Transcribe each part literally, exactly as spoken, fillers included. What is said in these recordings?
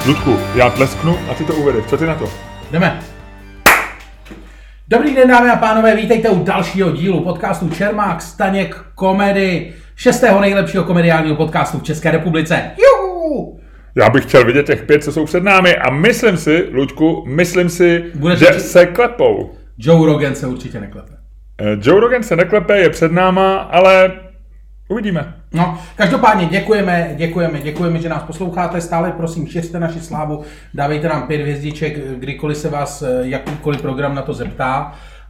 Ludku, já tlesknu a ty to uvedeš. Co ty na to? Jdeme. Dobrý den, dámy a pánové, vítejte u dalšího dílu podcastu Čermák Staněk Komedy, šestého nejlepšího komediálního podcastu v České republice. Juhu! Já bych chtěl vidět těch pět, co jsou před námi a myslím si, Luďku, myslím si, Bude že to... se klepou. Joe Rogan se určitě neklepe. Joe Rogan se neklepe, je před náma, ale uvidíme. No, každopádně děkujeme, děkujeme, děkujeme, že nás posloucháte. Stále prosím, šiřte naši slávu, dávejte nám pět hvězdiček, kdykoliv se vás jakýkoliv program na to zeptá.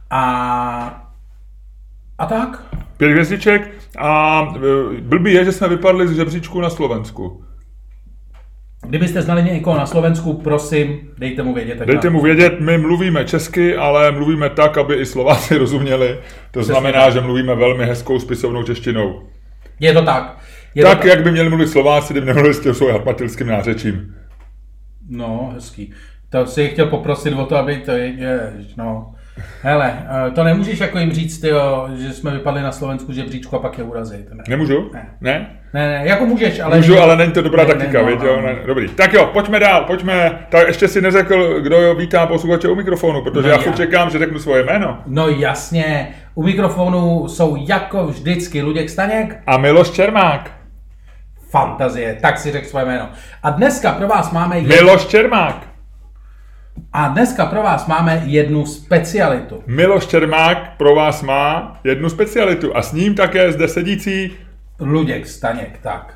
A, a tak? Pět hvězdiček a blbý je, že jsme vypadli z žebříčku na Slovensku. Kdybyste znali někoho na Slovensku, prosím, dejte mu vědět. Dejte mu vědět, my mluvíme česky, ale mluvíme tak, aby i Slováci rozuměli. To Přesně znamená, tak. že mluvíme velmi hezkou spisovnou češtinou. Je to tak. Je tak, to tak, jak by měli mluvit Slováci, kdyby nemluvili s tím svým harpatilským nářečím. No, hezký. To si chtěl poprosit o to, aby to je, no. Hele, to nemůžeš jako jim říct, tyjo, že jsme vypadli na Slovensku žebříčku a pak je urazit. Ne. Nemůžu? Ne. Ne? Ne, ne, jako můžeš, ale... Můžu, ale není to dobrá ne, taktika, ne, no, víš, jo? no. Ne, dobrý. Tak jo, pojďme dál, pojďme. Tak ještě si neřekl, kdo jo vítá posluchače u mikrofonu, protože no já furt čekám, že řeknu svoje jméno. No jasně, u mikrofonu jsou jako vždycky Luděk Staněk a Miloš Čermák. Fantazie, tak si řekl svoje jméno. A dneska pro vás máme... Jednu... Miloš Čermák. A dneska pro vás máme jednu specialitu. Miloš Čermák pro vás má jednu specialitu a s ním také zde sedící... Luděk Staněk, tak.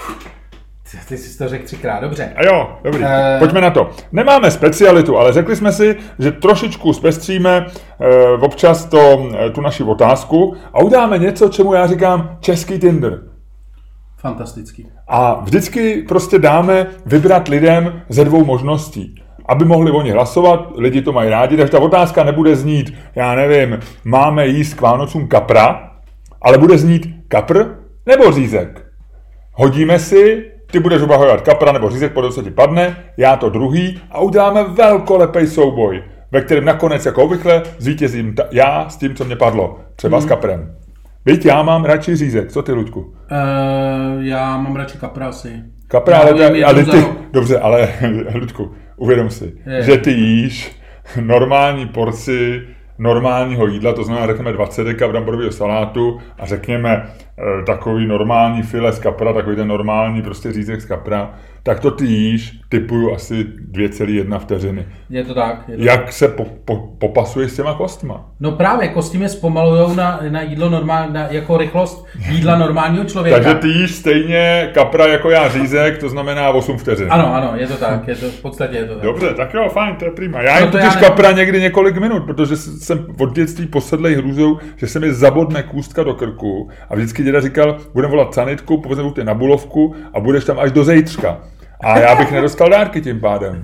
Ty jsi to řekl třikrát, dobře. A jo, dobrý, uh... pojďme na to. Nemáme specialitu, ale řekli jsme si, že trošičku zpestříme uh, občas to, tu naši otázku a uděláme něco, čemu já říkám český Tinder. Fantastický. A vždycky prostě dáme vybrat lidem ze dvou možností. Aby mohli oni hlasovat, lidi to mají rádi, takže ta otázka nebude znít, já nevím, máme jíst k Vánocům kapra, ale bude znít kapr nebo řízek. Hodíme si, ty budeš obahovat kapra nebo řízek, podle co ti padne, já to druhý a uděláme velkolepej souboj, ve kterém nakonec, jako obvykle, zvítězím ta, já s tím, co mě padlo, třeba mm. s kaprem. Víš, já mám radši řízek, co ty, Luďku? Uh, já mám radši kapra asi. Kapra, ale, ta, ale ty, dobře, ale Luďku, uvědom si, je. že ty jíš normální porci normálního jídla, to znamená, řekněme dvacet deka bramborového salátu a řekněme e, takový normální file z kapra, takový ten normální prostě řízek z kapra, tak to ty jíš, typuju asi dvě celé jedna vteřiny. Je to tak. Je to Jak tak. se po, po, popasuješ s těma kostma? No právě, kosti mě zpomalujou na, na jídlo normální, na, jako rychlost jídla normálního člověka. Takže ty jíš stejně kapra jako já řízek, to znamená osm vteřin. Ano, ano, je to tak, je to, v podstatě je to tak. Dobře, tak jo, fajn, to je prima. Já no jim totiž ne... kapra někdy několik minut, protože jsem od dětství posedlej hrůzou, že se mi zabodne kůstka do krku a vždycky děda říkal, budeme volat sanitku, povezeme tě na Bulovku a budeš tam až do zítřka. A já bych nedostal dárky tím pádem.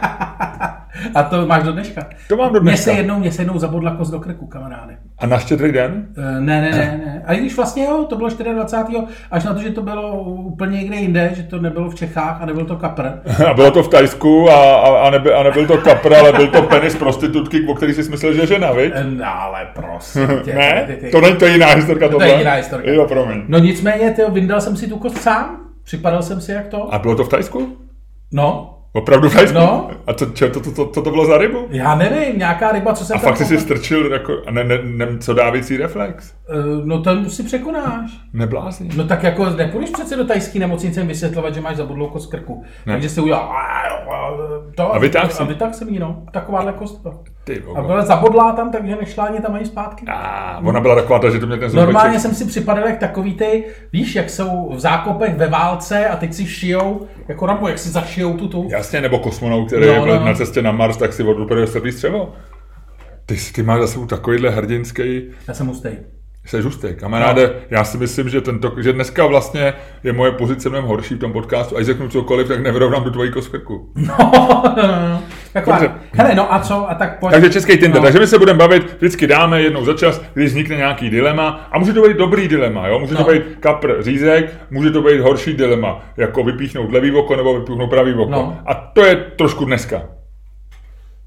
A to máš do dneška? To mám do dneška. Mně se jednou, mě se jednou zabodla kost do krku, kamaráde. A na Štědrý den? Uh, ne, ne, ne, ne. A i když vlastně jo, to bylo dvacátého čtvrtého až na to, že to bylo úplně někde jinde, že to nebylo v Čechách a nebyl to kapr. A bylo to v Thajsku a, a, a, nebyl, a nebyl to kapr, ale byl to penis prostitutky, o který si myslel, že je žena, viď? No, ale prosím tě. Ne? Ty, ty, ty. To není to jiná historka tohle? To je jiná historka. Jo, promiň. No nicméně, tyjo, vyndal jsem si tu kost sám, připadal jsem si jak to. A bylo to v Thajsku? No. Opravdu v Thajsku? No. A co to, to, to, to, to bylo za rybu? Já nevím, nějaká ryba, co jsem a tam... A fakt jsi si strčil, jako, ne, ne, ne, co dávící reflex? Uh, no ten si překonáš. Neblázní. No tak jako nepůjdeš přece do tajský nemocnice vysvětlovat, že máš zabudlou kost krku. Ne. Takže si udělal to a vytáhl si. A vytáhl jsem jí, no. Takováhle kost. Ty a byla zabodlá tam, takže nešla ani tam ani zpátky. A ona byla taková ta, že to mě ten zoubeček... Normálně jsem si připadal jak takový ty, víš, jak jsou v zákopech ve válce a teď si šijou, jako Rambo, jak si zašijou tu tu. Jasně, nebo kosmonaut, který no, je no. na cestě na Mars, tak si odluperuje slepý střevo. Ty, ty máš za sebou takovýhle hrdinský... Já jsem hustý. Jsi hustý, kamaráde, no. Já si myslím, že, tento, že dneska vlastně je moje pozice mnohem horší v tom podcastu, až řeknu cokoliv, tak nevyrovnám do tvojí kostkrku. No, no, no. Taková, hele, no a co? A tak pojď. Takže český Tinder, no. Takže my se budeme bavit, vždycky dáme jednou za čas, když vznikne nějaký dilema, a může to být dobrý dilema, jo? Může no. to být kapr, řízek, může to být horší dilema, jako vypíchnout levý oko nebo vypíchnout pravý oko. No. A to je trošku dneska.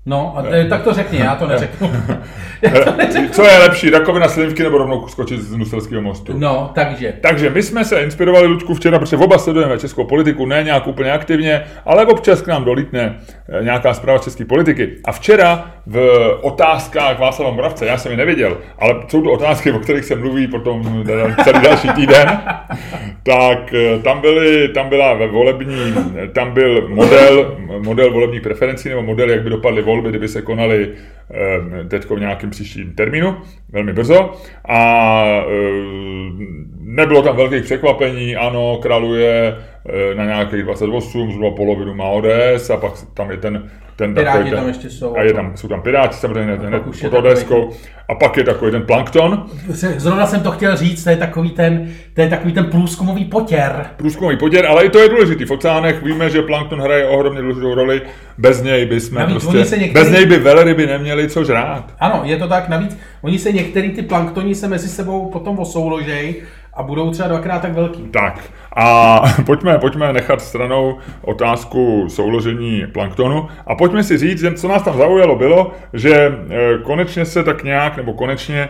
No, a t- tak to řekni, já to neřeknu. já to neřeknu. Co je lepší, rakovina slinivky nebo rovnou skočit z Nuselského mostu? No, takže. Takže my jsme se inspirovali, Luďku, včera, protože oba sledujeme českou politiku, ne nějak úplně aktivně, ale občas k nám dolítne nějaká zpráva české politiky. A včera v otázkách Václava Moravce, já jsem je neviděl, ale jsou to otázky, o kterých se mluví potom celý další týden, tak tam, byly, tam byla ve volební, tam byl model, model volebních preferencí, nebo model, jak by dopadly volby, kdyby se konaly teď v nějakém příštím termínu, velmi brzo. A nebylo tam velkých překvapení, ano, králuje na nějakých dvacet osm, zhruba polovinu má O D S a pak tam je ten, ten Piráti takový ten, tam ještě jsou. A je tam, jsou tam Piráti, samozřejmě hned pod O D S kou. A pak je takový ten plankton. Zrovna jsem to chtěl říct, to je takový ten, to je takový ten průzkumový potěr. Průzkumový potěr, ale i to je důležitý. V oceánech víme, že plankton hraje ohromně důležitou roli. Bez něj by jsme navíc, prostě, některý... bez něj by velryby neměli co žrát. Ano, je to tak. Navíc oni se některý ty planktoni se mezi sebou potom osouložej a budou třeba dvakrát tak velký. Tak a pojďme, pojďme nechat stranou otázku souložení planktonu a pojďme si říct, že co nás tam zaujalo bylo, že konečně se tak nějak, nebo konečně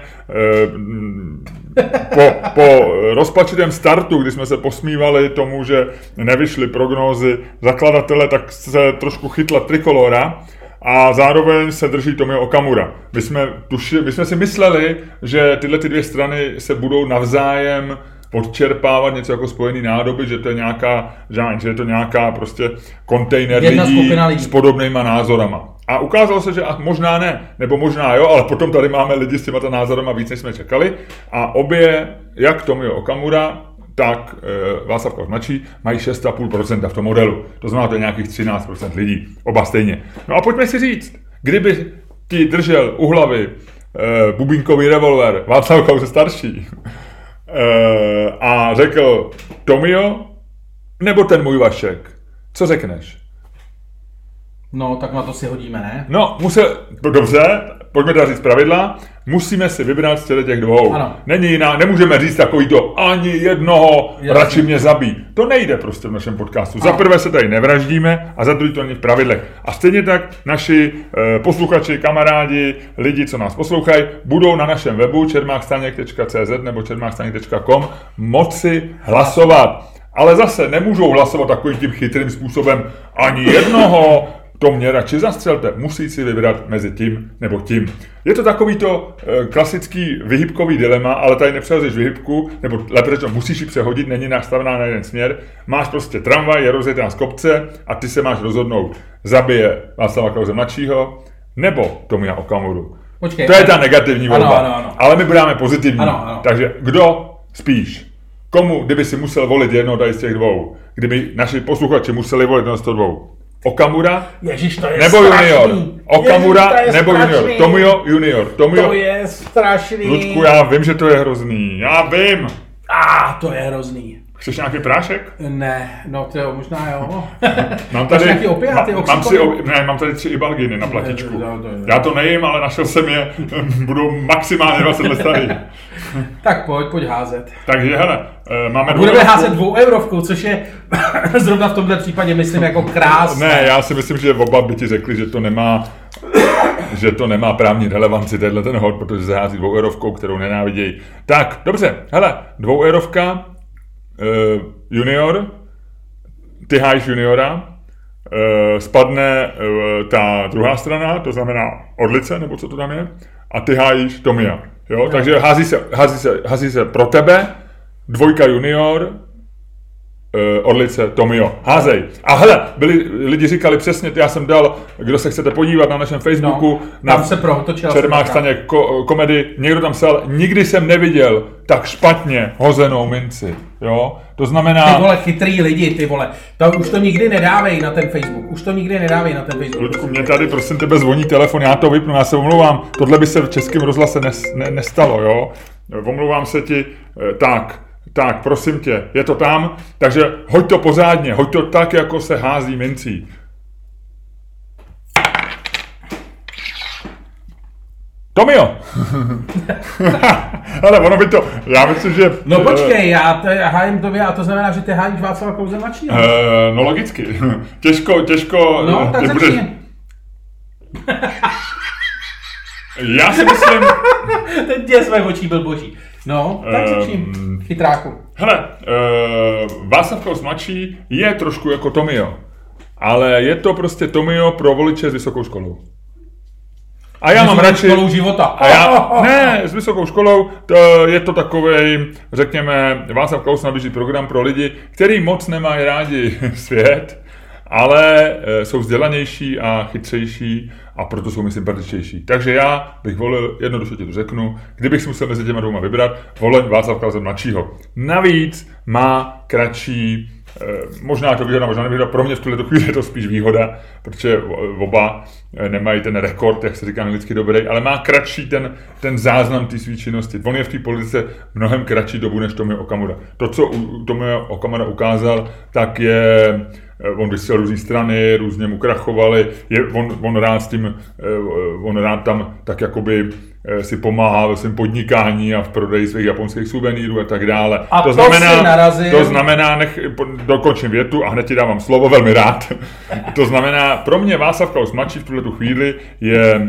po, po rozpačitém startu, kdy jsme se posmívali tomu, že nevyšly prognózy zakladatele, tak se trošku chytla trikolora a zároveň se drží Tomio Okamura. My jsme, tuši, my jsme si mysleli, že tyhle ty dvě strany se budou navzájem odčerpávat něco jako spojený nádoby, že to je nějaká, že je to nějaká prostě kontejner lidí, lidí s podobnýma názorama. A ukázalo se, že možná ne, nebo možná jo, ale potom tady máme lidi s těma názorama víc, než jsme čekali. A obě, jak Tomio Okamura, tak e, Václav Klaus mladší, mají šest celá pět procenta v tom modelu. To znamená, to je nějakých třináct procent lidí. Oba stejně. No a pojďme si říct, kdyby ti držel u hlavy e, bubínkový revolver Václav Klaus starší e, a řekl Tomio, nebo ten můj Vašek, co řekneš? No, tak na to si hodíme, ne? No, musel, dobře, pojďme teda říct pravidla, musíme si vybrat z těch dvou. Ano. Není jiná, nemůžeme říct takový to, ani jednoho, Jasně. Radši mě zabij. To nejde prostě v našem podcastu. Ano. Za prvé se tady nevraždíme a za druhé to není v pravidlech. A stejně tak naši e, posluchači, kamarádi, lidi, co nás poslouchají, budou na našem webu čermákstaněk tečka cé zet nebo čermákstaněk tečka com moci hlasovat. Ale zase nemůžou hlasovat takovým tím chytrým způsobem ani jednoho, to mě radši zastřelte, musí si vybrat mezi tím nebo tím. Je to takovýto e, klasický vyhybkový dilema, ale tady nepřehozíš vyhybku, nebo lépe řečeno musíš ji přehodit, není nastavená na jeden směr. Máš prostě tramvaj, je rozjetá z kopce a ty se máš rozhodnout, zabije Václava Klause mladšího nebo Tomia Okamuru. Počkej, to je ta negativní volba, ano, ano, ano. ale my budeme pozitivní. Ano, ano. Takže kdo spíš? Komu, kdyby si musel volit jedno tady z těch dvou? Kdyby naši posluchači museli volit jedno z těch dvou? Okamura, Ježiš, to je nebo strašný. junior. Okamura, Ježiš, nebo strašný. junior. Tomio, junior. Tomio. To je strašný. Luďku, já vím, že to je hrozný. Já vím. A ah, to je hrozný. Chceš nějaký prášek? Ne, no to jo, možná jo. Mám tady, nějaký opiáty, ma, mám, si, ne, mám tady tři ibalginy na platičku. Ne, to, to, to, já to nejím, ale našel jsem je, budou maximálně dvacet let starý. Tak pojď, pojď házet. Takže hele, máme budeme házet dvou eurovkou, což je zrovna v tomhle případě, myslím, jako krásné. Ne, já si myslím, že oba by ti řekli, že to nemá že to nemá právní relevanci, tenhle ten hod, protože se hází dvou eurovkou, kterou nenávidějí. Tak, dobře, hele, dvou eurovka, uh, junior, ty hájíš juniora, uh, spadne uh, ta druhá strana, to znamená Orlice, nebo co to tam je, a ty hájíš Tomia. Jo? No. Takže hází se, hází, se, hází se pro tebe, dvojka junior, Uh, Orlice, Tomio, házej. A hele, byli, lidi říkali přesně, já jsem dal, kdo se chcete podívat na našem Facebooku, no, na se Čermák Staněk ko, komedy, někdo tam psal, nikdy jsem neviděl tak špatně hozenou minci, jo, to znamená... Ty vole, chytrý lidi, ty vole, to už to nikdy nedávej na ten Facebook, už to nikdy nedávej na ten Facebook. Luďku, mě tady prosím tebe zvoní telefon, já to vypnu, já se omlouvám, tohle by se v Českém rozhlase nes, ne, nestalo, jo, omlouvám se ti, tak... Tak, prosím tě, je to tam, takže hoď to pořádně, hoď to tak, jako se hází mincí. Tomio! Ale ono by to, já myslím, že... No počkej, já, te, já hájím tobě a to znamená, že ty hájíš Václava Klause mladšího. Uh, no logicky, těžko, těžko... No, tak začni. Já si myslím... Ten děs mé očí byl boží. No, tak začním. Um, Chytráku. Hele, uh, Václav Klaus mladší je trošku jako Tomio. Ale je to prostě Tomio pro voliče s vysokou školou. A já mám radši... školou života. A já, ne, s vysokou školou, to je to takovej, řekněme, Václav Klaus nabízí program pro lidi, který moc nemají rádi svět, ale jsou vzdělanější a chytřejší a proto jsou mi sympatičtější. Takže já bych volil, jednoduše ti to řeknu, kdybych si musel mezi těma dvouma vybrat, volím Václav Klause mladšího. Navíc má kratší, možná to výhoda, možná nevýhoda, pro mě v tuhle chvíli je to spíš výhoda, protože oba nemají ten rekord, jak se říká anglicky dobrý, ale má kratší ten, ten záznam té své činnosti. On je v té politice mnohem kratší dobu než Tomio Okamura. To, co Tomio Okamura ukázal, tak je, on vysílal různé strany, různě mu krachovali, je, on, on, rád s tím, on rád tam tak jakoby si pomáhá ve svém podnikání a v prodeji svých japonských suvenýrů a tak dále. A to, to znamená, to znamená, nech, dokončím větu a hned ti dávám slovo, velmi rád. To znamená, pro mě Václav Klaus mladší v tuhle chvíli je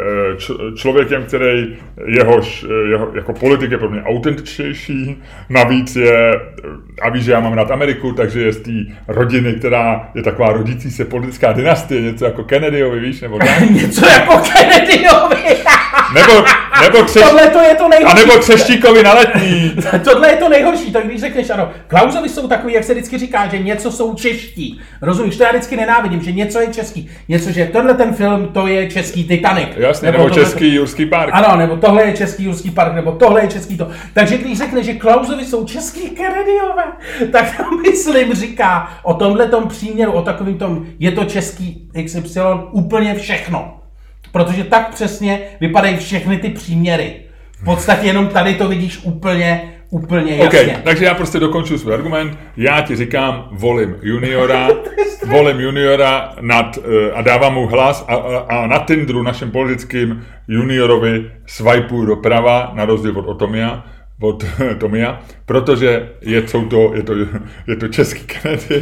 člověkem, který jehož, jeho, jako politik je pro mě autentičtější, navíc je, a víš, že já mám rád Ameriku, takže je z té rodiny, která je taková rodící se politická dynastie, něco jako Kennedyovi, víš, nebo tak? Něco jako Kennedyovi! Nebo, nebo křeš... Tohle to je to nejhorší. A nebo Křeštíkovi na Letní. Tohle je to nejhorší, tak když řekneš, ano, Klausovi jsou takový, jak se vždycky říká, že něco jsou čeští. Rozumíš, to já vždycky nenávidím, že něco je český. Něco, že tenhle ten film, to je český Titanic. Jasně, nebo, nebo český Jurský park. Ano, nebo tohle je český Jurský park, nebo tohle je český to. Takže když řekne, že Klausovi jsou český Kennedyové, tak myslím říká o tomhletom příměru, o takovým tom, je to český X Y úplně všechno. Protože tak přesně vypadají všechny ty příměry. V podstatě jenom tady to vidíš úplně, úplně jasně. Okay, takže já prostě dokončuji svůj argument. Já ti říkám, volím juniora, volím juniora nad, a dávám mu hlas a, a, a na Tinderu našem politickým juniorovi swipeuju doprava, na rozdíl od Tomia, od Tomia, protože je, jsou to, je, to, je to český Kennedy.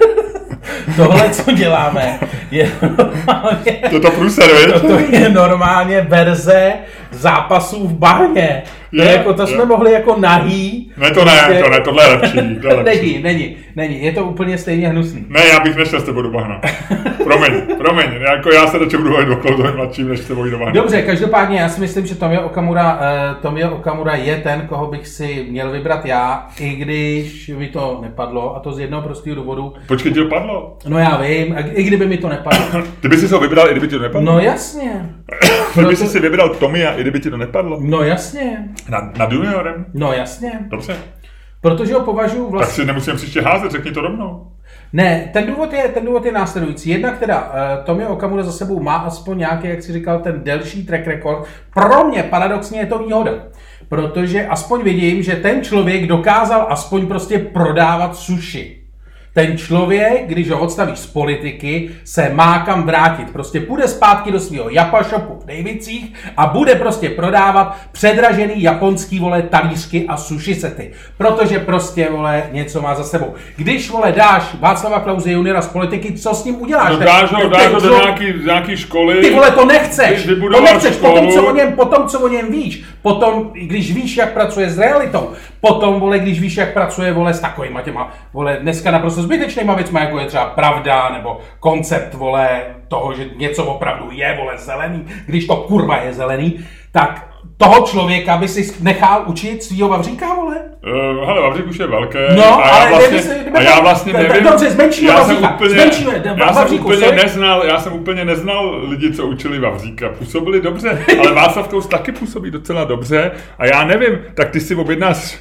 Tohle, co děláme, je normálně... Toto průser, to, to je normálně verze zápasů v bahně. To je, jako, to jsme je. mohli jako nahý. Ne, to ne, to ne, tohle je lepší. To je lepší. Není, není, není, je to úplně stejně hnusný. Ne, já bych nešel s tebou do bahna. Promiň, promiň, jako já se radši budu hojit do Klausovým mladším, než s tebou jít do bahna. Dobře, každopádně já si myslím, že Tomio Okamura, uh, Tomio Okamura je ten, koho bych si měl vybrat já, i když mi to nepadlo, a to z jednoho prostého důvodu. Počkej, ti to padlo? No já vím, i kdyby mi to nepadlo. Ty bys si ho vybral, i kdyby ti to nepadlo? No jasně. Ty bys si vybral Tomia, i kdyby ti to nepadlo? No jasně. Na, nad juniorem? No jasně. Dobře. Protože ho považuji vlastně... Tak si nemusím příště házet, řekni to rovnou. Ne, ten důvod je, ten důvod je následující. Jednak teda uh, Tomio Okamura za sebou má aspoň nějaký, jak si říkal, ten delší track record. Pro mě paradoxně je to výhoda. Protože aspoň vidím, že ten člověk dokázal aspoň prostě prodávat sushi. Ten člověk, když ho odstavíš z politiky, se má kam vrátit. Prostě půjde zpátky do svého Japa shopu v Dejvicích a bude prostě prodávat předražený japonský, vole, talířky a sushi sety. Protože prostě, vole, něco má za sebou. Když, vole, dáš Václava Klause juniora z politiky, co s ním uděláš? No dáš ho, dáš ho do nějaký, nějaký školy. Ty, vole, to nechceš. To nechceš. Potom co, o něm, potom, co o něm víš. Potom, když víš, jak pracuje s realitou. Potom, vole, když víš, jak pracuje, vole, s takovýma těma, vole, dneska naprosto zbytečnýma věcma, jako je třeba pravda, nebo koncept, vole, toho, že něco opravdu je, vole, zelený, když to kurva je zelený, tak toho člověka by si nechal učit svýho Vavříka, vole? Uh, hele, Vavřík už je velký. No, a já vlastně, se, a já vlastně nevím. Dobře, zmenšíme Vavříka, úplně, zmenšíme, já jsem úplně neznal, já jsem úplně neznal lidi, co učili Vavříka. Působili dobře, ale Václav Klaus taky působí docela dobře. A já nevím, tak ty si objednáš,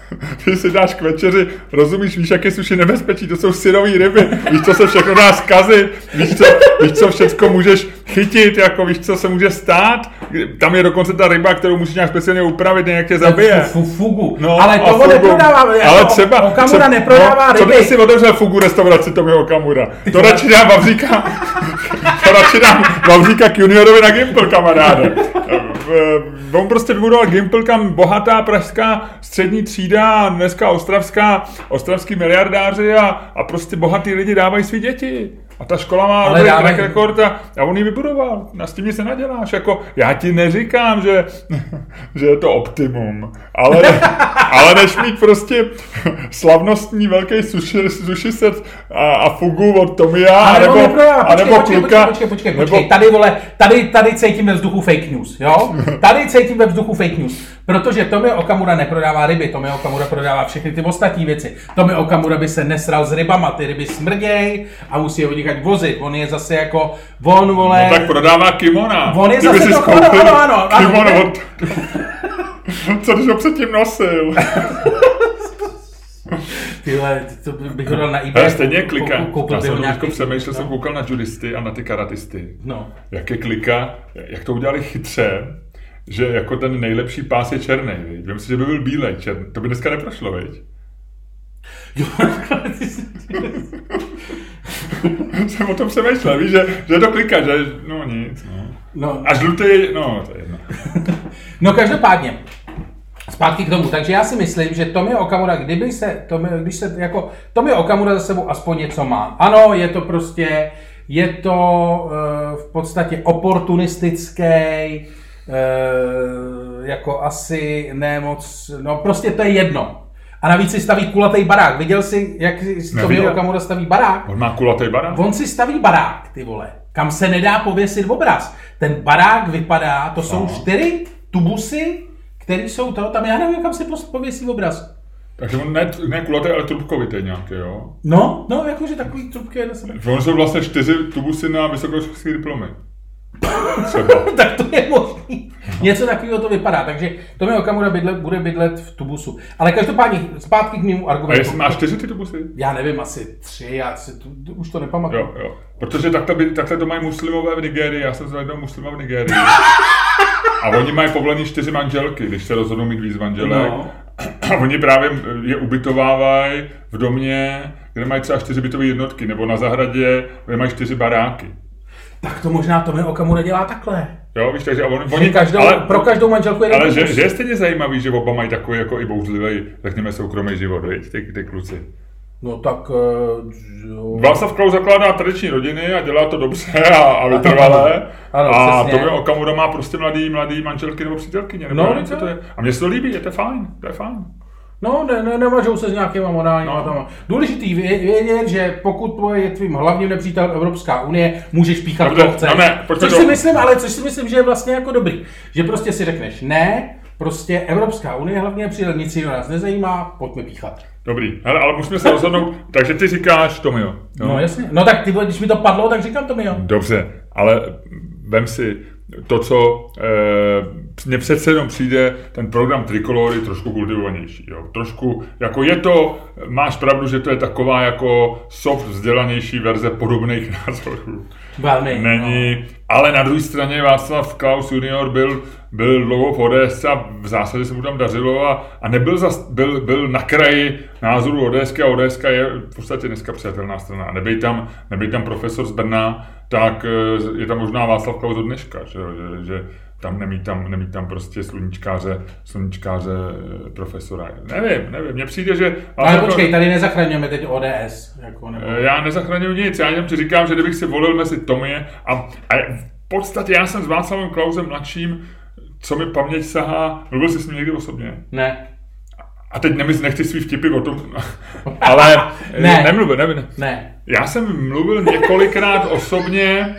ty si dáš k večeři, rozumíš, víš, jak je suši nebezpečí, to jsou syrový ryby, víš, co se všechno dá zkazit, víš, co, víš, co všecko můžeš chytit, jako víš, co se může stát. Tam je dokonce ta ryba, kterou musíš nějak speciálně upravit, nějak tě zabije. Fugu. No, ale to neprodává, ale třeba, Okamura neprodává no, ryby. Co ty si otevřel Fugu restauraci Tomio Okamura? To radši dám Vavříka, to radši dám Vavříka k juniorovi na Gimpl, kamaráde. On prostě vybudoval Gimpl, kam bohatá pražská střední třída, dneska ostravská, ostravský miliardáři a, a prostě bohatý lidi dávají svý děti. A ta škola má dobrý track record a, a on ji vybudoval. A s tím nic nenaděláš. Jako, já ti neříkám, že, že je to optimum, ale, ale než mít prostě slavnostní velký sushi, sushi set a, a fugu od Tomia, a nebo, a nebo počkej, kluka. Počkej, počkej, počkej, počkej. Tady, vole, tady, tady cítím ve vzduchu fake news, jo? Tady cítím ve vzduchu fake news. Protože Tomio Okamura neprodává ryby, Tomio Okamura prodává všechny ty ostatní věci. Tomio Okamura by se nesral s rybama, ty ryby smrděj a musí je odníkat vozit. On je zase jako, on vole... No tak prodává kimona. On je zase to, ano, ano, ano. Kimono ano. Od... Co když ho předtím nosil? Tyhle, to bych ho dal na eBay. Ale stejně je klika. Koupil Já jsem nějaký... přemýšlel, no. jsem koukal na judisty a na ty karatisty. No. Jak je klika, jak to udělali chytře, že jako ten nejlepší pás je černý, viď? Vím si, že by byl bílej, černý. To by dneska neprošlo, viď? Jo, jsem o tom přemýšlel, víš, že, že to klika, že no nic, no. no. A žlutý, no to je jedno. No každopádně, zpátky k tomu, takže já si myslím, že Tomio Okamura, kdyby se, Tomio, když se jako, Tomio Okamura za sebou aspoň něco má. Ano, je to prostě, je to uh, v podstatě oportunistický, Uh, jako asi ne moc, no prostě to je jedno. A navíc si staví kulatý barák. Viděl jsi, jak si Tomio Okamura staví barák? On má kulatý barák? On si staví barák, ty vole, kam se nedá pověsit obraz. Ten barák vypadá, to jsou no. čtyři tubusy, které jsou to, tam já nevím, kam se pověsí obraz. Takže on ne, ne kulatý, ale trubkovitý nějaký, jo? No, no, jakože takový trubky je na sebe. On jsou vlastně čtyři tubusy na vysokoškolské diplomy. Tak to je možný. Něco takového to vypadá, takže Tomio Okamura bydle, bude bydlet v tubusu. Ale každopádně zpátky k mému argumentu. A jestli máš čtyři ty tubusy? Já nevím, asi tři, já si tu, už to nepamatuju. Jo, jo. Protože takhle, takhle to mají muslimové v Nigérii, já jsem znal jednoho muslima v Nigérii. A oni mají povolený čtyři manželky, když se rozhodnou mít víc manželek. No. A oni právě je ubytovávají v domě, kde mají třeba čtyři bytové jednotky, nebo na zahradě, kde mají čtyři baráky. Tak to možná Tomio Okamura dělá takhle. Jo, víš, takže on, oni, každou, ale, pro každou manželku je ale že, že je stejně zajímavý, že oba mají takový jako i bouřlivý, řekněme, soukromý život, viď, ty, ty kluci. No tak... Uh, Václav Klaus zakládá tradiční rodiny a dělá to dobře a, a vytrvalé. Ano, a Tomio Okamura má prostě mladý, mladý manželky nebo přítelkyně. Nebo no, nevím, co to je. A mně se to líbí, je to fajn, to je fajn. No, ne, ne, nevažou se s nějakýma morálníma no. tam. Důležitý vědět, že pokud je tvým hlavním nepřítelem Evropská unie, můžeš píchat, Dobře, koho chceš. No ne, což si myslím, ale což si myslím, že je vlastně jako dobrý. Že prostě si řekneš, ne, prostě Evropská unie hlavně nepřítel, nic jiného nás nezajímá, pojďme píchat. Dobrý, hele, ale musíme se rozhodnout, takže ty říkáš Tomio. No. no jasně, no tak ty, když mi to padlo, tak říkám Tomio. Dobře, ale vem si to, co e, mně přece jenom přijde, ten program Trikolory trošku kultivovanější, jo. Trošku, jako je to, máš pravdu, že to je taková jako soft vzdělanější verze podobných názorů. Velmi. Není, no. Ale na druhé straně Václav Klaus junior byl, byl dlouho v O D S a v zásadě se mu tam dařilo a, a nebyl zas, byl, byl na kraji názoru ODSky a ODSka je v podstatě dneska přijatelná strana. A nebej tam, nebej tam profesor z Brna, tak je tam možná Václav Klaus od dneška, že, že, že tam nemít tam, nemít tam prostě sluníčkáře, sluníčkáře profesora. Nevím, nevím, mně přijde, že... Ale počkej, tady nezachraňujeme teď O D S. Jako, nebo... Já nezachraňuji nic, já jenom ti říkám, že kdybych si volil mezi Tomie a, a v podstatě já jsem s Václavem Klausem mladším, co mi paměť sahá, mluvil jsi s ním někdy osobně? Ne. A teď nemysl, nechci svý vtipy o tom, ale ne. nemluvil, ne, ne. ne. Já jsem mluvil několikrát osobně,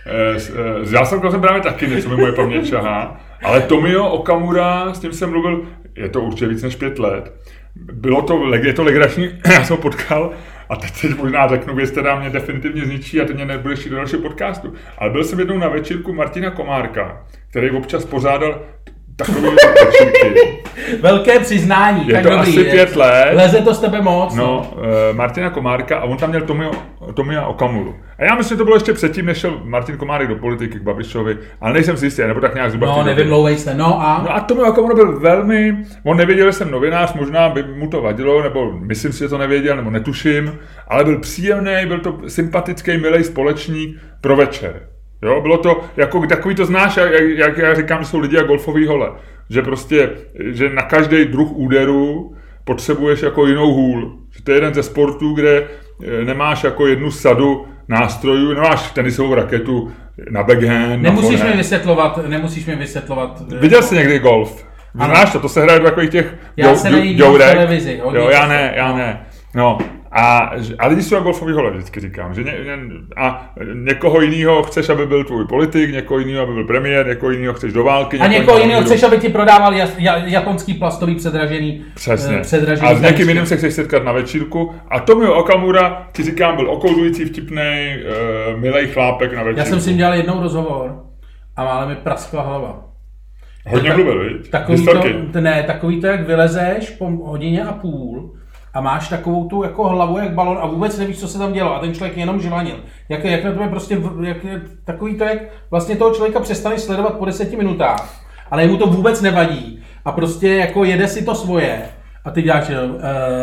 s Václavem Klausem právě taky něco mi moje paměť sahá, ale Tomio Okamura, s tím jsem mluvil, je to určitě víc než pět let. Bylo to, je to legrační, já jsem ho potkal a teď, teď možná řeknu věc, která mě definitivně zničí a teď mě nebudeš jít do dalšího podcastu. Ale byl jsem jednou na večírku Martina Komárka, který občas pořádal takové večírky. Velké přiznání. Je tak to dobrý, asi pět let. Leze to z tebe moc. No, no. Uh, Martina Komárka a on tam měl Tomio, Tomia Okamuru. A já myslím, že to bylo ještě předtím, než šel Martin Komárek do politiky k Babišovi, ale nejsem si jistý, nebo tak nějak zhruba. No, nevymlouvej se, no a... No a Tomio Okamura byl velmi, on nevěděl, že jsem novinář, možná by mu to vadilo, nebo myslím si, že to nevěděl, nebo netuším, ale byl příjemný, byl to sympatický, milý společník pro večer. Jo, bylo to, jako takový to znáš, jak, jak já říkám, že jsou lidi a golfový hole. Že prostě, že na každý druh úderu potřebuješ jako jinou hůl. Že to je jeden ze sportů, kde nemáš jako jednu sadu nástrojů, nemáš tenisovou raketu na backhand, nemusíš na mi vysvětlovat, nemusíš mi vysvětlovat. Viděl jsi někdy golf? Znáš to, to se hraje do takových těch já se nevidím v televizi. Jo, já ne, já ne. No, a, a lidi jsou na golfový hole, vždycky říkám. Že ně, ně, a někoho jiného chceš, aby byl tvůj politik, někoho jiného, aby byl premiér, někoho jiného chceš do války. A někoho jiného chceš, aby ti prodával jas, japonský plastový předražený. Přesně. Předražený a s někým jiným se chceš setkat na večírku. A Tomio Okamura, ti říkám, byl okouzlující, vtipnej, uh, milej chlápek na večírku. Já jsem si jim dělal jednou rozhovor a mále mi praskla hlava. Hodně tak, mluvil, viď? Takový to, ne, takový to, jak vylezeš po hodině a půl a máš takovou tu jako hlavu jak balon a vůbec nevíš, co se tam dělo a ten člověk jenom žvanil. Jak, jak na tebe prostě, jak, takový to, jak vlastně toho člověka přestaneš sledovat po deseti minutách, ale mu to vůbec nevadí a prostě jako jede si to svoje a ty děláš jenom uh...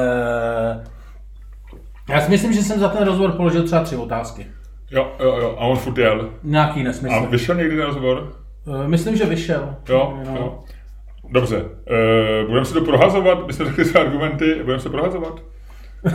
Já si myslím, že jsem za ten rozhovor položil třeba tři otázky. Jo, jo, jo, a on furt jel. Nějaký nesmysl. A vyšel někdy ten rozhovor? Myslím, že vyšel. Jo, no. jo. Dobře, uh, budeme si to prohazovat, my jsme řekli své argumenty, budeme se prohazovat? uh,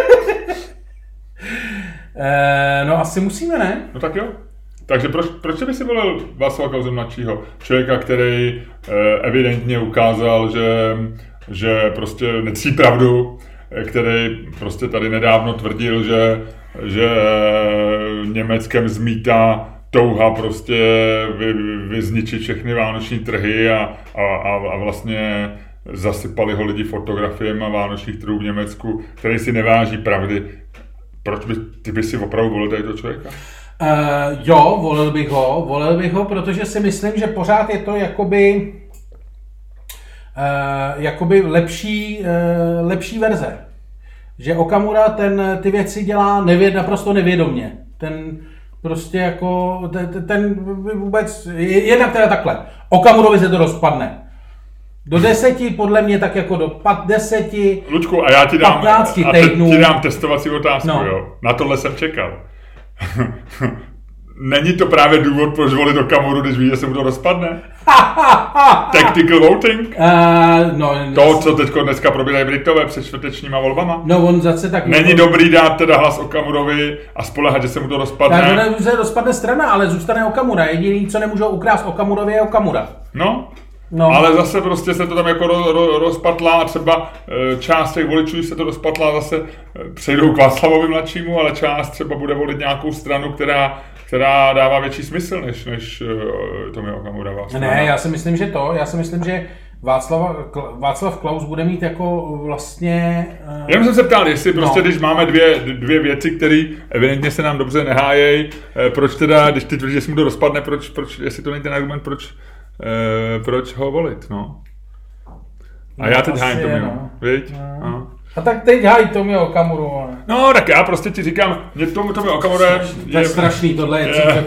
no asi musíme, ne? No tak jo. Takže proč, proč by si volil Václava Klause mladšího? Člověka, který uh, evidentně ukázal, že, že prostě netří pravdu, který prostě tady nedávno tvrdil, že, že Německem zmítá touha prostě vy, vyzničit všechny vánoční trhy a, a, a vlastně zasypali ho lidi fotografiemi vánočních trhů v Německu, který si neváží pravdy. Proč by, ty by si opravdu volil tady toho člověka? Uh, jo, volil bych ho, volil bych ho, protože si myslím, že pořád je to jakoby, uh, jakoby lepší, uh, lepší verze. Že Okamura ten, ty věci dělá nevěd, naprosto nevědomně. Ten prostě jako, ten, ten vůbec, jednak teda takhle, Okamurovi se to rozpadne. Do deseti, podle mě tak jako do pat, deseti, Luďku, a já ti dám, patnácti a týdnů. ti dám testovací otázku, no. Jo. Na tohle jsem čekal. Není to právě důvod, proč volit Okamuru, když ví, že se mu to rozpadne? Tactical voting? Uh, no, to, co teď dneska probíhají Britové před čtvrtečníma volbama? No on zase tak... Není dobrý dát teda hlas Okamurovi a spoléhat, že se mu to rozpadne? Tak to se rozpadne strana, ale zůstane Okamura. Jediný, co nemůžou ukrást Okamurovi, je Okamura. No, no. Ale zase prostě se to tam jako ro, ro, rozpatlá a třeba část těch voličů se to rozpatlá, zase přejdou k Václavovi mladšímu, ale část třeba bude volit nějakou stranu, která která dává větší smysl, než, než uh, Tomio Okamura. Ne, já si myslím, že to, já si myslím, že Václav, Václav Klaus bude mít jako vlastně... Uh... Jenom jsem se ptal, jestli prostě, no. Když máme dvě, dvě věci, které evidentně se nám dobře nehájejí, eh, proč teda, když ty tvrdíš, že se mu to rozpadne, proč, proč, jestli to není ten argument, proč, eh, proč ho volit, no. A no, já teď hájím Tomio, no. Viď? No. No. A tak teď hájí Tomio Okamuru. Ale... No, tak já prostě ti říkám, mě tomu Tomio Okamura je... To je strašný, tohle je... je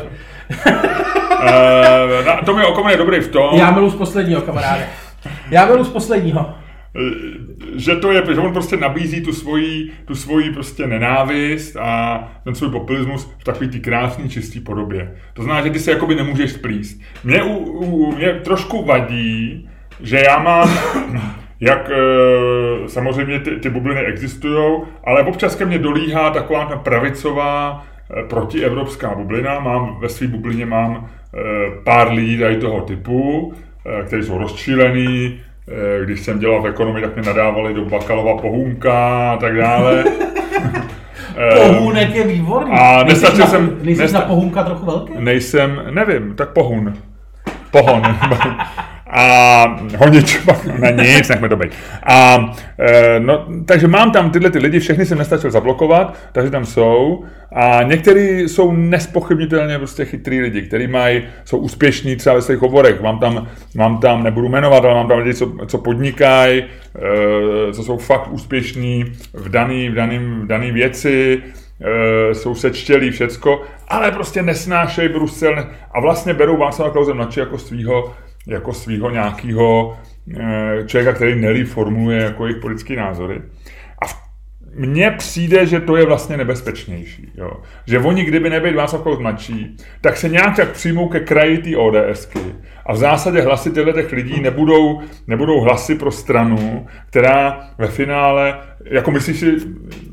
uh, Tomio Okamura je dobrý v tom... Já milu z posledního, kamaráde. Já milu z posledního. Že to je, že on prostě nabízí tu svoji, tu svoji prostě nenávist a ten svůj populismus v takový ty krásný, čistý podobě. To znamená, že ty se jakoby nemůžeš splíst. Mě, u, u, mě trošku vadí, že já mám... Jak e, samozřejmě ty, ty bubliny existují, ale občas ke mně dolíhá taková ta pravicová e, protievropská bublina. Mám, ve své bublině mám e, pár lidí tady toho typu, e, kteří jsou rozčílený. E, když jsem dělal v ekonomii, tak mě nadávali do Bakalova pohůnka a tak dále. Pohůnek je výborný. A nestačil jsem... Nejsi nesta- na pohůnka trochu velký? Nejsem, nevím, tak pohun. Pohon. A honič, ne nic, nechme to být. A, e, no, takže mám tam tyhle ty lidi, všechny jsem nestačil zablokovat, takže tam jsou. A někteří jsou nespochybnitelně prostě chytrý lidi, kteří mají, jsou úspěšní třeba ve svých oborech. Mám tam, mám tam, nebudu jmenovat, ale mám tam lidi, co, co podnikají, e, co jsou fakt úspěšní v daný, v daným, v daný věci, e, jsou sečtělí všecko, ale prostě nesnášejí Brusel a vlastně berou Václava Klause mladší jako svýho jako svýho nějakého člověka, který nelí formuluje jako jejich politické názory. A mně přijde, že to je vlastně nebezpečnější. Jo. Že oni, kdyby nebyli Václav Klaus mladší, tak se nějak tak přijmou ke kraji té ODSky. A v zásadě hlasy těch lidí nebudou, nebudou hlasy pro stranu, která ve finále, jako myslíš si,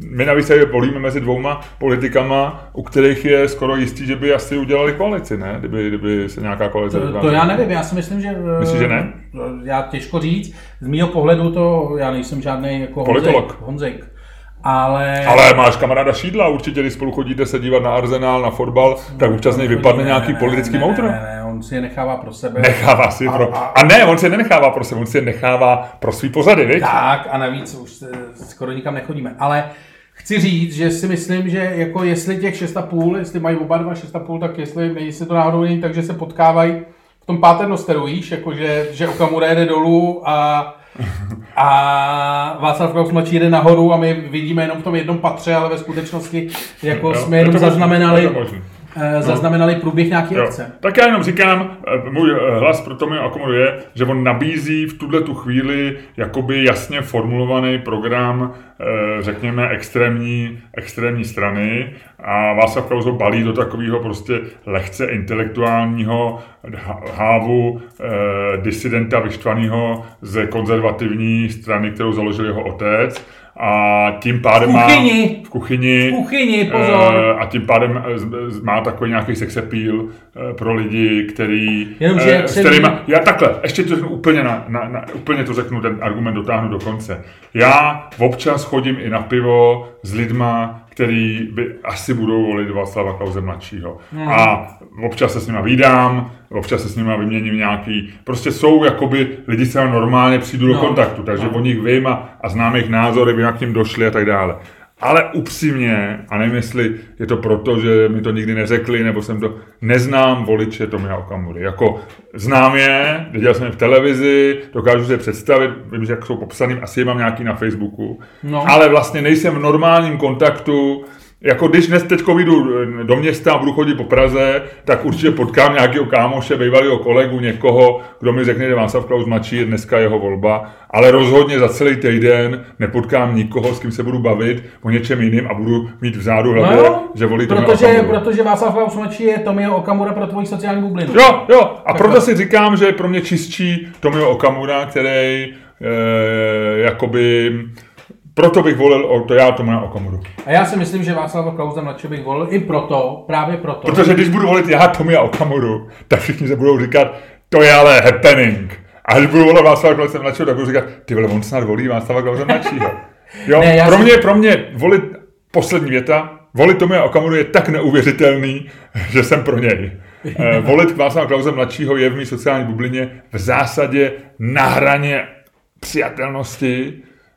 my navíc tady volíme mezi dvouma politikama, u kterých je skoro jistý, že by asi udělali koalici, ne? Kdyby, kdyby se nějaká koalice... To, to já nevím, já si myslím, že... Myslíš, že ne? Já těžko říct. Z mýho pohledu to, já nejsem žádný jako politolog. Honzejk. Ale... Ale máš kamaráda Šídla, určitě, když spolu chodíte se dívat na Arsenal, na fotbal, tak občas něj vypadne ne, nějaký ne, politický ne, moutr. Ne, ne, ne, on si je nechává pro sebe. Nechává si a, pro... A, a ne, on si je nenechává pro sebe, on si je nechává pro svý pozady, viď? Tak a navíc už se, skoro nikam nechodíme. Ale chci říct, že si myslím, že jako jestli těch šest a půl, jestli mají oba dva šest a půl, tak jestli, jestli to náhodou není, takže se potkávají v tom paternosteru, víš, jakože že Okamura jede dolů a a Václav Klaus mladší jede nahoru a my vidíme jenom v tom jednom patře, ale ve skutečnosti jako jo, jsme jenom zaznamenali, eh, zaznamenali průběh nějaké akce. Tak já jenom říkám, můj hlas pro Tomio Okamuru je, že on nabízí v tuhle tu chvíli jakoby jasně formulovaný program, eh, řekněme, extrémní, extrémní strany a Václav Klaus ho balí do takového prostě lehce intelektuálního hávu eh, disidenta vyštvaného z konzervativní strany, kterou založil jeho otec. A tím pádem v kuchyni. má v kuchyni, v kuchyni pozor. a tím pádem má takový nějaký sex appeal pro lidi, který Jenom, že s kterýma, já takhle, ještě to řeknu úplně, na, na, na, úplně to řeknu, ten argument dotáhnu do konce. Já občas chodím i na pivo s lidma, který by asi budou volit Václava Klause mladšího. Hmm. A občas se s nima vídám, občas se s nima vyměním nějaký, prostě jsou jakoby lidi, se normálně přijdu do no. kontaktu, takže no. o nich vím a, a znám jejich názory, vím, jak k ním došli a tak dále. Ale upřímně, a nevím, jestli je to proto, že mi to nikdy neřekli, nebo jsem to, neznám voliče Tomia Okamury. Jako znám je, viděl jsem je v televizi, dokážu si je představit, vím, že jak jsou popsaný, asi je mám nějaký na Facebooku, no. ale vlastně nejsem v normálním kontaktu. Jako když dnes teďko vyjdu do města a budu chodit po Praze, tak určitě potkám nějakého kámoše, bývalého kolegu, někoho, kdo mi řekne, že Václav Klaus mladší je dneska jeho volba, ale rozhodně za celý týden nepotkám nikoho, s kým se budu bavit o něčem jiným a budu mít v zádu hlavě, no že volí Tomia Okamuru. Protože Václav Klaus mladší je Tomio Okamura pro tvoji sociální bublinu. Jo, jo, a tak proto tak. si říkám, že je pro mě čistší Tomio Okamura, který e, jakoby... Proto bych volil o to já Tomia Okamuru. A já si myslím, že Václava Klause mladšího bych volil i proto, právě proto. Protože když budu volit já Tomia Okamuru, tak všichni se budou říkat, to je ale happening. A když budu volit Václava Klause mladšího, tak budu říkat, ty vole, on snad volí Václava Klause mladšího. Jo, ne, pro, si... mě, pro mě volit, poslední věta, volit Tomia Okamuru je tak neuvěřitelný, že jsem pro něj. Volit Václava Klause mladšího je v mý sociální bublině v zásadě na hraně přijatelnosti,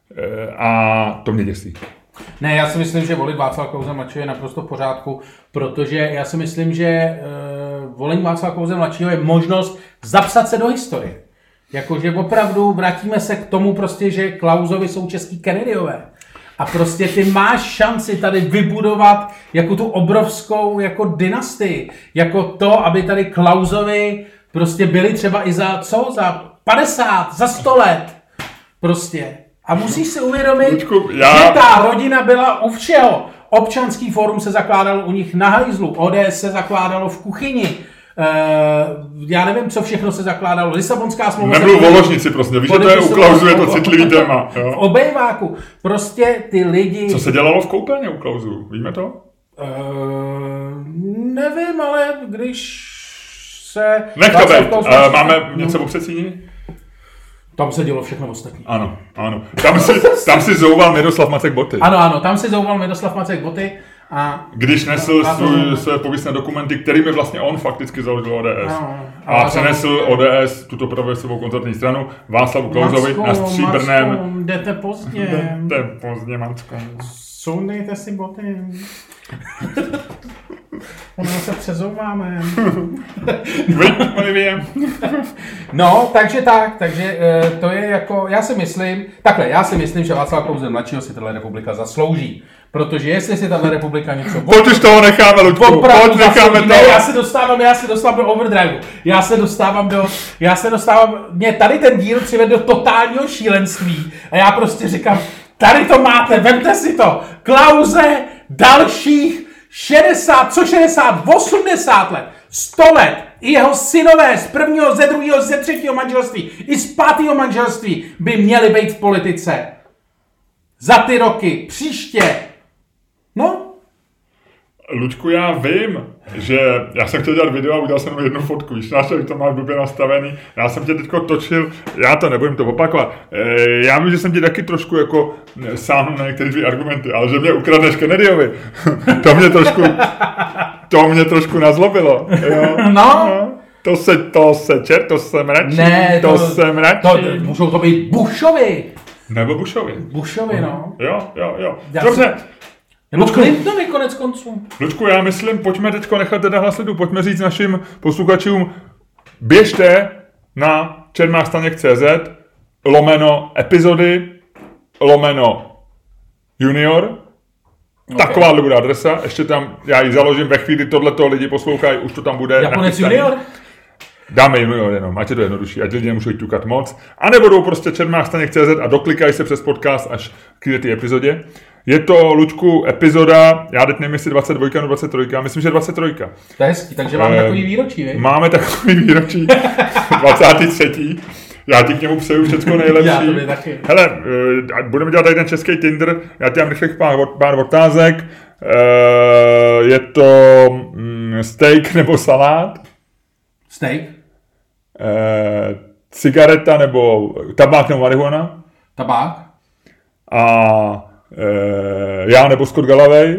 a to mě děsí. Ne, já si myslím, že volit Václava Klause mladšího je naprosto v pořádku, protože já si myslím, že uh, volení Václava Klause mladšího je možnost zapsat se do historie. Jakože opravdu vrátíme se k tomu prostě, že Klausovi jsou český Kennedyové. A prostě ty máš šanci tady vybudovat jako tu obrovskou jako dynastii. Jako to, aby tady Klausovi prostě byli třeba i za co? Za padesát, za sto let. Prostě. A musíš si uvědomit, Lučku, já... že ta rodina byla u všeho. Občanský fórum se zakládalo u nich na hajzlu, O D S se zakládalo v kuchyni, uh, já nevím, co všechno se zakládalo, Lisabonská smlouva... Nebyl v ložnici prostě, víš, že to je u Klausu, je to citlivý téma. Jo? V obejváku, prostě ty lidi... Co se dělalo v koupelně u Klausu, víme to? Uh, nevím, ale když se... Nech to být, uh, máme něco o předsíni? Tam se dělo všechno ostatní. Ano, ano. Tam si, tam si zouval Miroslav Macek boty. Ano, ano, tam si zouval Miroslav Macek boty. A... Když nesl svůj, své pověstné dokumenty, kterými vlastně on fakticky založil O D S. Ano, a, a přenesl O D S, tuto pravicovou koncertní stranu, Václavu Klausovi na stříbrném... Macku, jdete pozdě. Jdete pozdě, Macku. Sundejte si boty. Ono se přezouváme. No, takže tak, takže to je jako, já si myslím, takhle, já si myslím, že Václav Klause mladšího si tato republika zaslouží. Protože jestli si tato republika něco... Pojď už toho necháme, Luďku, pojď necháme to. Ne, já se dostávám, já se dostávám do overdrive. Já se dostávám do, já se dostávám, mě tady ten díl přivedl do totálního šílenství. A já prostě říkám, tady to máte, vemte si to. Klause dalších šedesát, co šedesát, osmdesát let, sto let, i jeho synové z prvního, ze druhého, ze třetího manželství, i z pátého manželství by měli být v politice. Za ty roky, příště, Luďku, já vím, že já jsem chtěl dělat video a udělal jsem jednu fotku, víš, náš to máš blbě nastavený, já jsem tě teďko točil, já to nebudem to opakovat, e, já vím, že jsem ti taky trošku jako sáhnul na některé tvý argumenty, ale že mě ukradneš Kennedyovi, to mě trošku, to mě trošku nazlobilo, jo? No. no. To se, to se čer, to jsem radši, ne, to, to jsem radši. To, můžou to být Bushovi. Nebo Bushovi. Bushovi, no. Jo, jo, jo. Já Dobře. Si... Nebo Clintonovi konec konců. Luďku, já myslím, pojďme teďko nechat teda hlasitu, pojďme říct našim posluchačům, běžte na čermákstaněk tečka cé zet lomeno epizody, lomeno junior, okay. Taková bude adresa, ještě tam, já ji založím ve chvíli, tohleto lidi poslouchají, už to tam bude. Japonec junior? Dáme junior jenom, ať je to jednodušší, ať lidi nemusí ťukat moc. A nebo jdou prostě čermákstaněk tečka cé zet a doklikají se přes podcast až k té epizodě. Je to, Luďku, epizoda, já teď nevím, jestli dvacet dva nebo dvacet tři, já myslím, že dvacet tři. To je hezký, takže máme e, takový výročí, vy? Máme takový výročí, dvacátý třetí Já ti k němu přeju všechno nejlepší. Já to by taky. Hele, uh, budeme dělat tady ten český Tinder, já ti mám rychlých pár, pár otázek. Uh, je to um, steak nebo salát? Steak. Uh, cigareta nebo tabák nebo marihuana? Tabák. A uh, já nebo Scott Galloway?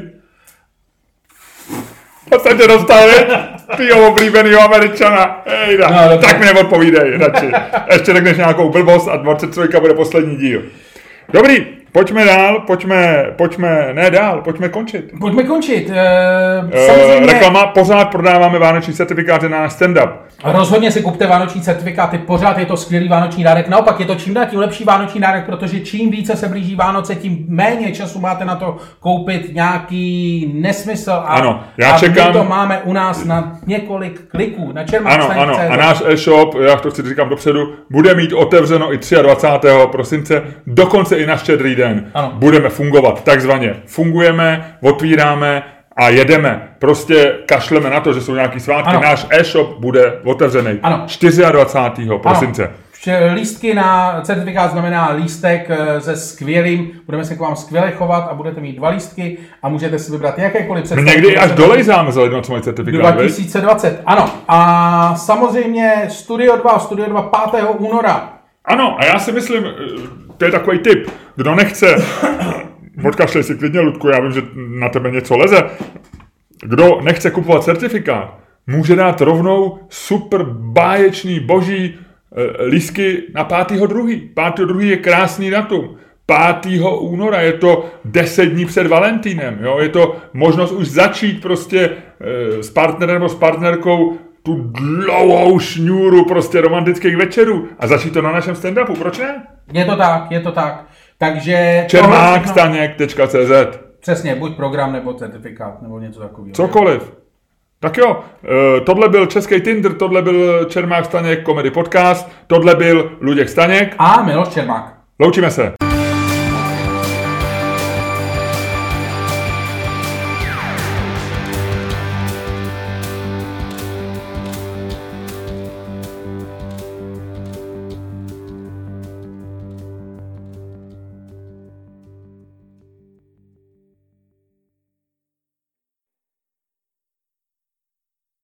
A jsem tě dostal, tyho oblíbenýho Američana. Ejda, no, tak mi neodpovídej radši. Ještě řekneš nějakou blbost a dvacet tři bude poslední díl. Dobrý, pojďme dál, pojďme, pojďme, ne dál, pojďme končit. Pojďme končit. E, samozřejmě... Reklama, pořád prodáváme vánoční certifikáty na stand-up. Rozhodně si kupte vánoční certifikáty, pořád je to skvělý vánoční dárek. Naopak je to čím dál tím lepší vánoční dárek, protože čím více se blíží Vánoce, tím méně času máte na to koupit nějaký nesmysl. A, ano, já a čekám... my to máme u nás na několik kliků, na čermákstaněk Ano, ano, a náš e-shop, já to si říkám dopředu, bude mít otevřeno i dvacátého třetího prosince, dokonce i na Štědrý den. Ano. Budeme fungovat, takzvaně fungujeme, otvíráme a jedeme. Prostě kašleme na to, že jsou nějaký svátky. Ano. Náš e-shop bude otevřený ano. dvacátého čtvrtého prosince. Ano. Lístky na certifikát znamená lístek se skvělým, budeme se k vám skvěle chovat a budete mít dva lístky a můžete si vybrat jakékoliv představky. My někdy až dolejzáme za jedno, co mají certifikát. dva tisíce dvacet, ano. A samozřejmě Studio dva, Studio dva pátého února. Ano, a já si myslím, to je takový tip, kdo nechce, odkašlej si klidně, Ludku, já vím, že na tebe něco leze, kdo nechce kupovat certifikát, může dát rovnou super báječný boží e, lístky na pátého druhého pátého druhého je krásný datum. pátého února je to deset dní před Valentínem, jo? Je to možnost už začít prostě e, s partnerem nebo s partnerkou tu dlouhou šňůru prostě romantických večerů a začít to na našem stand-upu, proč ne? Je to tak, je to tak. Takže... čermákstaněk tečka cé zet Přesně, buď program nebo certifikát nebo něco takového. Cokoliv. Tak jo, tohle byl český Tinder, tohle byl Čermák Staněk Comedy Podcast, tohle byl Luděk Staněk a Miloš Čermák. Loučíme se.